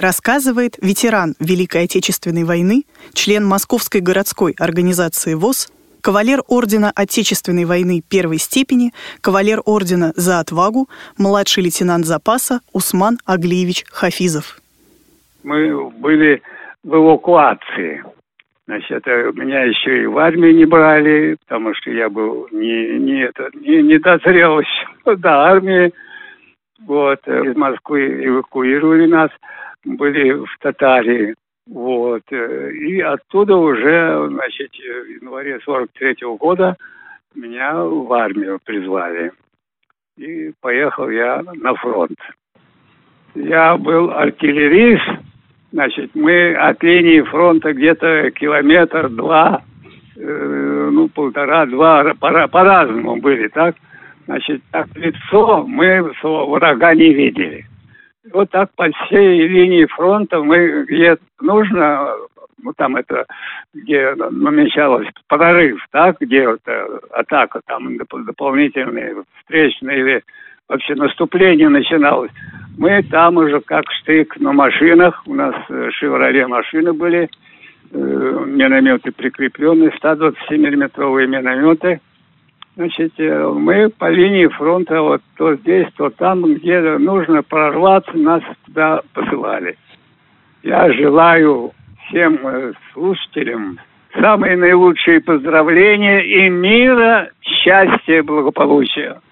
Рассказывает ветеран Великой Отечественной войны, член Московской городской организации ВОС, кавалер ордена Отечественной войны первой степени, кавалер ордена за отвагу, младший лейтенант запаса Усман Аглиевич Хафизов. Мы были в эвакуации. Значит, меня еще и в армию не брали, потому что я был не дозрел еще до армии. Вот, из Москвы эвакуировали нас, были в Татарии. Вот, и оттуда уже, значит, в январе 43-го года меня в армию призвали. И поехал я на фронт. Я был артиллерист, значит, мы от линии фронта где-то километр-два, полтора-два, по-разному были, так? Значит, так в лицо мы врага не видели. Вот так по всей линии фронта мы, где нужно, там это, где намечалось прорыв, так, где вот атака, там дополнительные встречные или вообще наступление начиналось. Мы там уже как штык на машинах, у нас «Шевроле» машины были, минометы прикрепленные, 127-миллиметровые минометы. Значит, мы по линии фронта вот то здесь, то там, где нужно прорваться, нас туда посылали. Я желаю всем слушателям самые наилучшие поздравления и мира, счастья, благополучия.